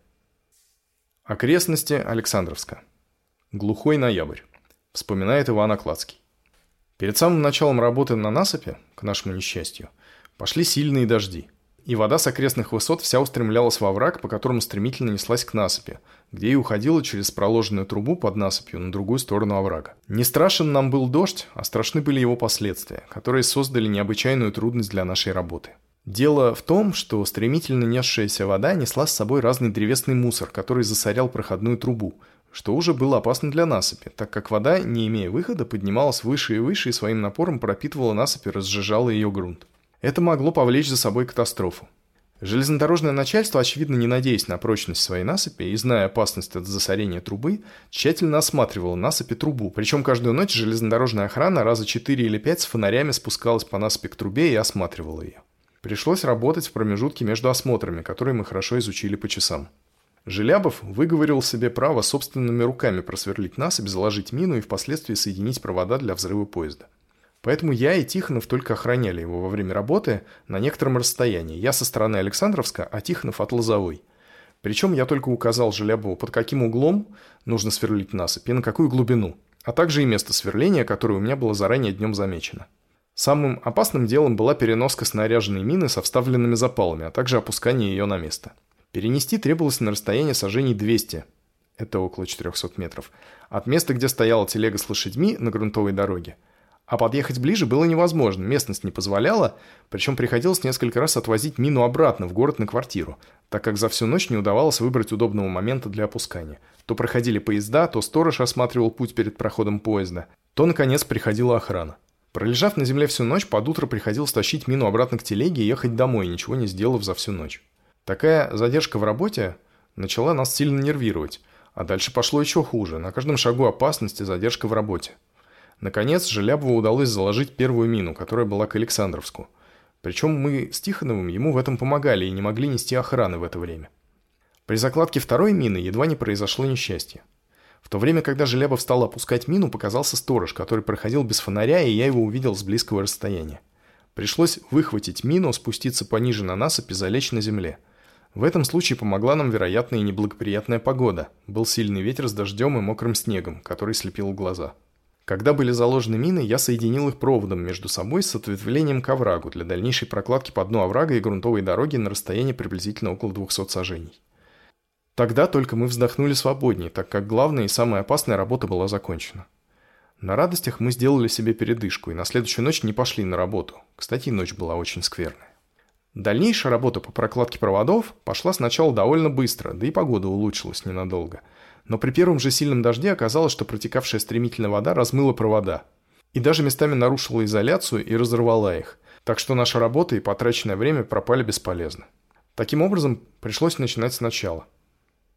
Окрестности Александровска. Глухой ноябрь. Вспоминает Иван Окладский. Перед самым началом работы на насыпи, к нашему несчастью, пошли сильные дожди, и вода с окрестных высот вся устремлялась во враг, по которому стремительно неслась к насыпи, где и уходила через проложенную трубу под насыпью на другую сторону оврага. Не страшен нам был дождь, а страшны были его последствия, которые создали необычайную трудность для нашей работы. Дело в том, что стремительно несшаяся вода несла с собой разный древесный мусор, который засорял проходную трубу, что уже было опасно для насыпи, так как вода, не имея выхода, поднималась выше и выше и своим напором пропитывала насыпь и разжижала ее грунт. Это могло повлечь за собой катастрофу. Железнодорожное начальство, очевидно не надеясь на прочность своей насыпи и зная опасность от засорения трубы, тщательно осматривало насыпь и трубу. Причем каждую ночь железнодорожная охрана раза четыре или пять с фонарями спускалась по насыпи к трубе и осматривала ее. Пришлось работать в промежутке между осмотрами, которые мы хорошо изучили по часам. Желябов выговорил себе право собственными руками просверлить насыпь, заложить мину и впоследствии соединить провода для взрыва поезда. Поэтому я и Тихонов только охраняли его во время работы на некотором расстоянии. Я со стороны Александровска, а Тихонов от Лозовой. Причем я только указал Желябову, под каким углом нужно сверлить насыпь и на какую глубину, а также и место сверления, которое у меня было заранее днем замечено. Самым опасным делом была переноска снаряженной мины со вставленными запалами, а также опускание ее на место. Перенести требовалось на расстояние сажений двести, это около четырехсот метров, от места, где стояла телега с лошадьми на грунтовой дороге. А подъехать ближе было невозможно, местность не позволяла, причем приходилось несколько раз отвозить мину обратно в город на квартиру, так как за всю ночь не удавалось выбрать удобного момента для опускания. То проходили поезда, то сторож осматривал путь перед проходом поезда, то, наконец, приходила охрана. Пролежав на земле всю ночь, под утро приходилось тащить мину обратно к телеге и ехать домой, ничего не сделав за всю ночь. Такая задержка в работе начала нас сильно нервировать, а дальше пошло еще хуже, на каждом шагу опасности задержка в работе. Наконец, Желябову удалось заложить первую мину, которая была к Александровску. Причем мы с Тихоновым ему в этом помогали и не могли нести охраны в это время. При закладке второй мины едва не произошло несчастье. В то время, когда Желябов стал опускать мину, показался сторож, который проходил без фонаря, и я его увидел с близкого расстояния. Пришлось выхватить мину, спуститься пониже на насыпь и залечь на земле. В этом случае помогла нам, вероятно, и неблагоприятная погода. Был сильный ветер с дождем и мокрым снегом, который слепил глаза. Когда были заложены мины, я соединил их проводом между собой с ответвлением к оврагу для дальнейшей прокладки по дну оврага и грунтовой дороги на расстоянии приблизительно около двухсот сажений. Тогда только мы вздохнули свободнее, так как главная и самая опасная работа была закончена. На радостях мы сделали себе передышку и на следующую ночь не пошли на работу. Кстати, ночь была очень скверная. Дальнейшая работа по прокладке проводов пошла сначала довольно быстро, да и погода улучшилась ненадолго. Но при первом же сильном дожде оказалось, что протекавшая стремительно вода размыла провода. И даже местами нарушила изоляцию и разорвала их. Так что наша работа и потраченное время пропали бесполезно. Таким образом, пришлось начинать сначала.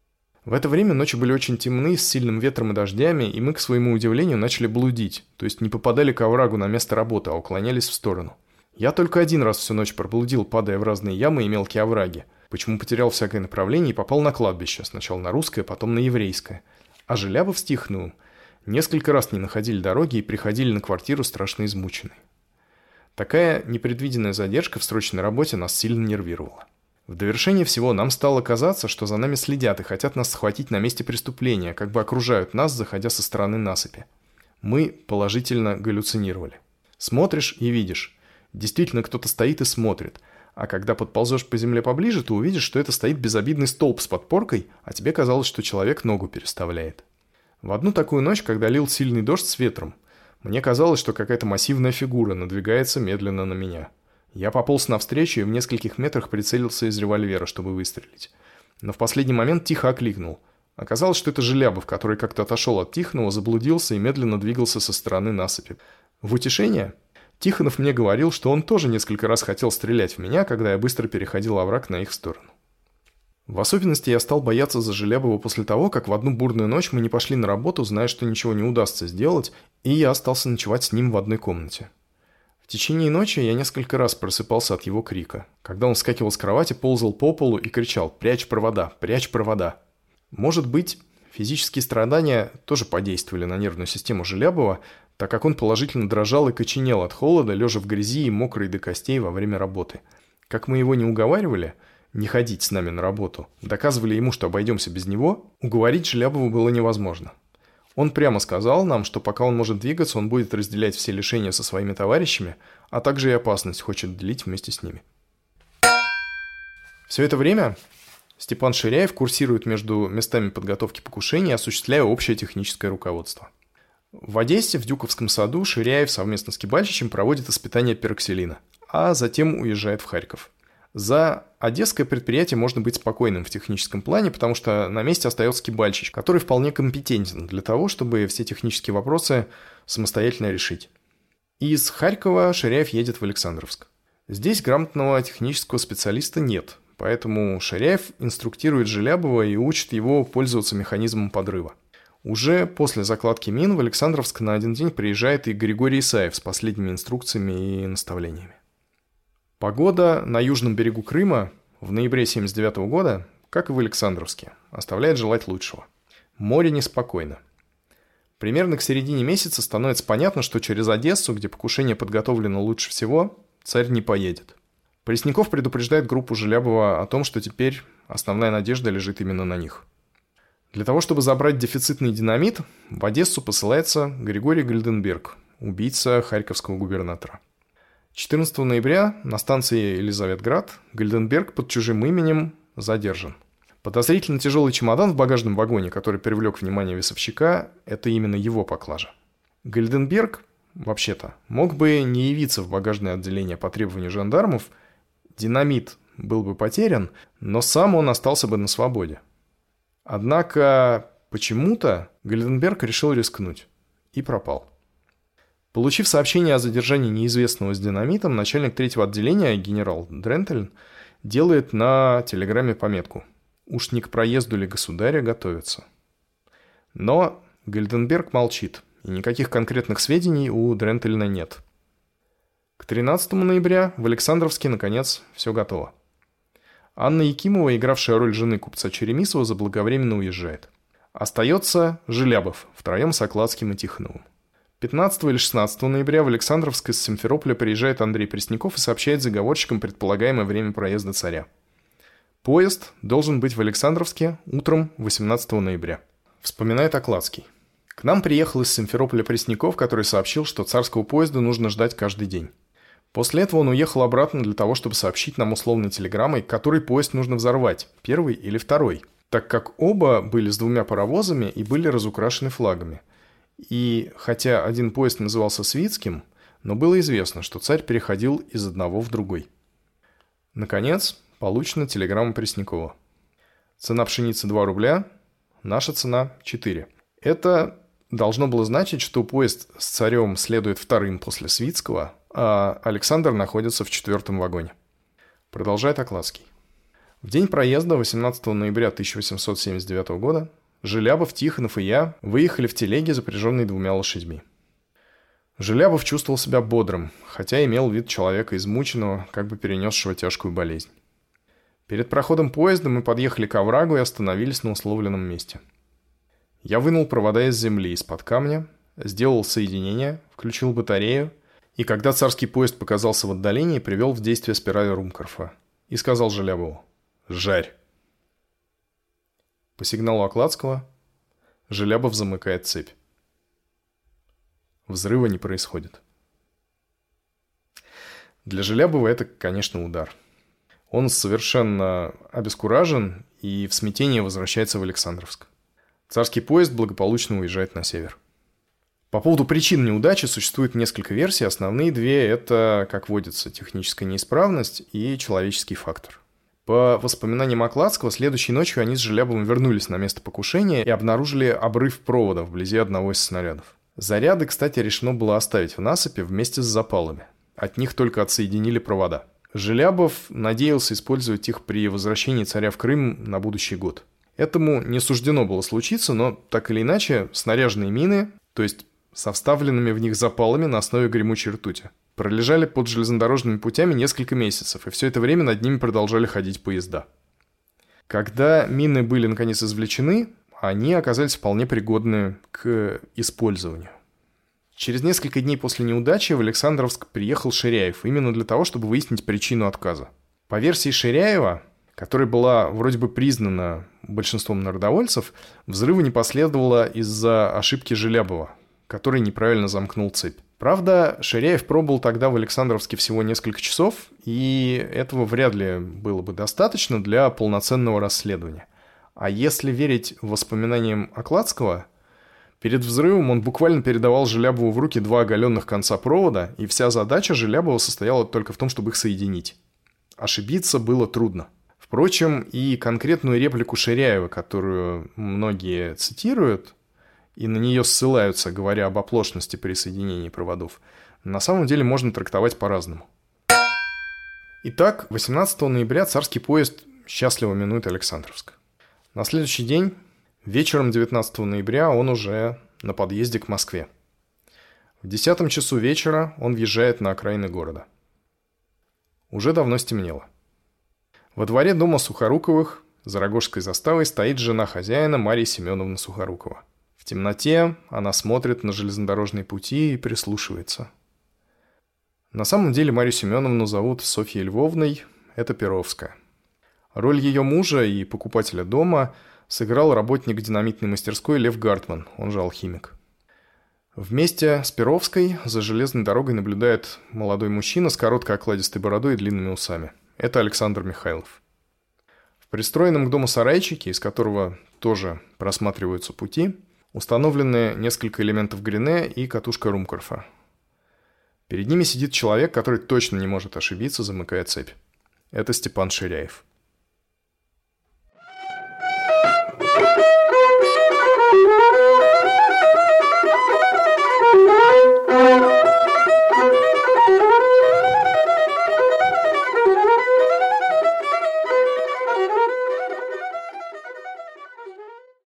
В это время ночи были очень темны, с сильным ветром и дождями, и мы, к своему удивлению, начали блудить, то есть не попадали к оврагу на место работы, а уклонялись в сторону. Я только один раз всю ночь проблудил, падая в разные ямы и мелкие овраги, почему потерял всякое направление и попал на кладбище, сначала на русское, потом на еврейское. А Желябов с Тихоновым несколько раз не находили дороги и приходили на квартиру страшно измученные. Такая непредвиденная задержка в срочной работе нас сильно нервировала. В довершение всего нам стало казаться, что за нами следят и хотят нас схватить на месте преступления, как бы окружают нас, заходя со стороны насыпи. Мы положительно галлюцинировали. Смотришь и видишь. Действительно, кто-то стоит и смотрит. А когда подползешь по земле поближе, то увидишь, что это стоит безобидный столб с подпоркой, а тебе казалось, что человек ногу переставляет. В одну такую ночь, когда лил сильный дождь с ветром, мне казалось, что какая-то массивная фигура надвигается медленно на меня. Я пополз навстречу и в нескольких метрах прицелился из револьвера, чтобы выстрелить. Но в последний момент тихо окликнул. Оказалось, что это Желябов, который как-то отошел от Тихонова, заблудился и медленно двигался со стороны насыпи. В утешение Тихонов мне говорил, что он тоже несколько раз хотел стрелять в меня, когда я быстро переходил овраг на их сторону. В особенности я стал бояться за Желябова после того, как в одну бурную ночь мы не пошли на работу, зная, что ничего не удастся сделать, и я остался ночевать с ним в одной комнате. В течение ночи я несколько раз просыпался от его крика. Когда он вскакивал с кровати, ползал по полу и кричал «Прячь провода! Прячь провода!». Может быть, физические страдания тоже подействовали на нервную систему Желябова, так как он положительно дрожал и коченел от холода, лежа в грязи и мокрый до костей во время работы. Как мы его не уговаривали не ходить с нами на работу, доказывали ему, что обойдемся без него, уговорить Желябова было невозможно. Он прямо сказал нам, что пока он может двигаться, он будет разделять все лишения со своими товарищами, а также и опасность хочет делить вместе с ними. Все это время Степан Ширяев курсирует между местами подготовки покушений, осуществляя общее техническое руководство. В Одессе, в Дюковском саду, Ширяев совместно с Кибальчичем проводит испытания пероксилина, а затем уезжает в Харьков. За одесское предприятие можно быть спокойным в техническом плане, потому что на месте остается Кибальчич, который вполне компетентен для того, чтобы все технические вопросы самостоятельно решить. Из Харькова Ширяев едет в Александровск. Здесь грамотного технического специалиста нет, поэтому Ширяев инструктирует Желябова и учит его пользоваться механизмом подрыва. Уже после закладки мин в Александровск на один день приезжает и Григорий Исаев с последними инструкциями и наставлениями. Погода на южном берегу Крыма в ноябре тысяча девятьсот семьдесят девятого года, как и в Александровске, оставляет желать лучшего. Море неспокойно. Примерно к середине месяца становится понятно, что через Одессу, где покушение подготовлено лучше всего, царь не поедет. Пресняков предупреждает группу Желябова о том, что теперь основная надежда лежит именно на них. Для того, чтобы забрать дефицитный динамит, в Одессу посылается Григорий Гальденберг, убийца харьковского губернатора. четырнадцатого ноября на станции Елизаветград Гальденберг под чужим именем задержан. Подозрительно тяжелый чемодан в багажном вагоне, который привлек внимание весовщика, это именно его поклажа. Гальденберг, вообще-то, мог бы не явиться в багажное отделение по требованию жандармов, динамит был бы потерян, но сам он остался бы на свободе. Однако почему-то Гальденберг решил рискнуть и пропал. Получив сообщение о задержании неизвестного с динамитом, начальник третьего отделения, генерал Дрентельн, делает на телеграмме пометку «Уж не к проезду ли государя готовится». Но Гальденберг молчит, и никаких конкретных сведений у Дрентельна нет. К тринадцатому ноября в Александровске, наконец, все готово. Анна Якимова, игравшая роль жены купца Черемисова, заблаговременно уезжает. Остается Желябов, втроем с Окладским и Тихоновым. пятнадцатого или шестнадцатого ноября в Александровск из Симферополя приезжает Андрей Пресняков и сообщает заговорщикам предполагаемое время проезда царя. Поезд должен быть в Александровске утром восемнадцатого ноября. Вспоминает Окладский. К нам приехал из Симферополя Пресняков, который сообщил, что царского поезда нужно ждать каждый день. После этого он уехал обратно для того, чтобы сообщить нам условной телеграммой, который поезд нужно взорвать, первый или второй, так как оба были с двумя паровозами и были разукрашены флагами. И хотя один поезд назывался Свитским, но было известно, что царь переходил из одного в другой. Наконец, получена телеграмма Преснякова. Цена пшеницы два рубля, наша цена четыре. Это должно было значить, что поезд с царем следует вторым после Свитского, а Александр находится в четвертом вагоне. Продолжает Окладский. В день проезда восемнадцатого ноября тысяча восемьсот семьдесят девятого года Желябов, Тихонов и я выехали в телеге, запряженной двумя лошадьми. Желябов чувствовал себя бодрым, хотя имел вид человека измученного, как бы перенесшего тяжкую болезнь. Перед проходом поезда мы подъехали к оврагу и остановились на условленном месте. Я вынул провода из земли, из-под камня, сделал соединение, включил батарею, и когда царский поезд показался в отдалении, привел в действие спираль Румкорфа и сказал Желябову: «Жарь!». По сигналу Окладского Желябов замыкает цепь. Взрыва не происходит. Для Желябова это, конечно, удар. Он совершенно обескуражен и в смятении возвращается в Александровск. Царский поезд благополучно уезжает на север. По поводу причин неудачи существует несколько версий. Основные две – это, как водится, техническая неисправность и человеческий фактор. По воспоминаниям Окладского, следующей ночью они с Желябовым вернулись на место покушения и обнаружили обрыв провода вблизи одного из снарядов. Заряды, кстати, решено было оставить в насыпи вместе с запалами. От них только отсоединили провода. Желябов надеялся использовать их при возвращении царя в Крым на будущий год. Этому не суждено было случиться, но так или иначе снаряженные мины, то есть со вставленными в них запалами на основе гремучей ртути, пролежали под железнодорожными путями несколько месяцев, и все это время над ними продолжали ходить поезда. Когда мины были наконец извлечены, они оказались вполне пригодны к использованию. Через несколько дней после неудачи в Александровск приехал Ширяев именно для того, чтобы выяснить причину отказа. По версии Ширяева, которая была вроде бы признана большинством народовольцев, взрыва не последовало из-за ошибки Желябова, который неправильно замкнул цепь. Правда, Ширяев пробыл тогда в Александровске всего несколько часов, и этого вряд ли было бы достаточно для полноценного расследования. А если верить воспоминаниям Окладского, перед взрывом он буквально передавал Желябову в руки два оголенных конца провода, и вся задача Желябова состояла только в том, чтобы их соединить. Ошибиться было трудно. Впрочем, и конкретную реплику Ширяева, которую многие цитируют, и на нее ссылаются, говоря об оплошности при соединении проводов, на самом деле можно трактовать по-разному. Итак, восемнадцатого ноября царский поезд счастливо минует Александровск. На следующий день, вечером девятнадцатого ноября, он уже на подъезде к Москве. В десятом часу вечера он въезжает на окраины города. Уже давно стемнело. Во дворе дома Сухоруковых за Рогожской заставой стоит жена хозяина Марья Семеновна Сухорукова. В темноте она смотрит на железнодорожные пути и прислушивается. На самом деле Марью Семеновну зовут Софьей Львовной, это Перовская. Роль ее мужа и покупателя дома сыграл работник динамитной мастерской Лев Гартман, он же алхимик. Вместе с Перовской за железной дорогой наблюдает молодой мужчина с короткой окладистой бородой и длинными усами. Это Александр Михайлов. В пристроенном к дому сарайчике, из которого тоже просматриваются пути, установлены несколько элементов Грене и катушка Румкорфа. Перед ними сидит человек, который точно не может ошибиться, замыкая цепь. Это Степан Ширяев.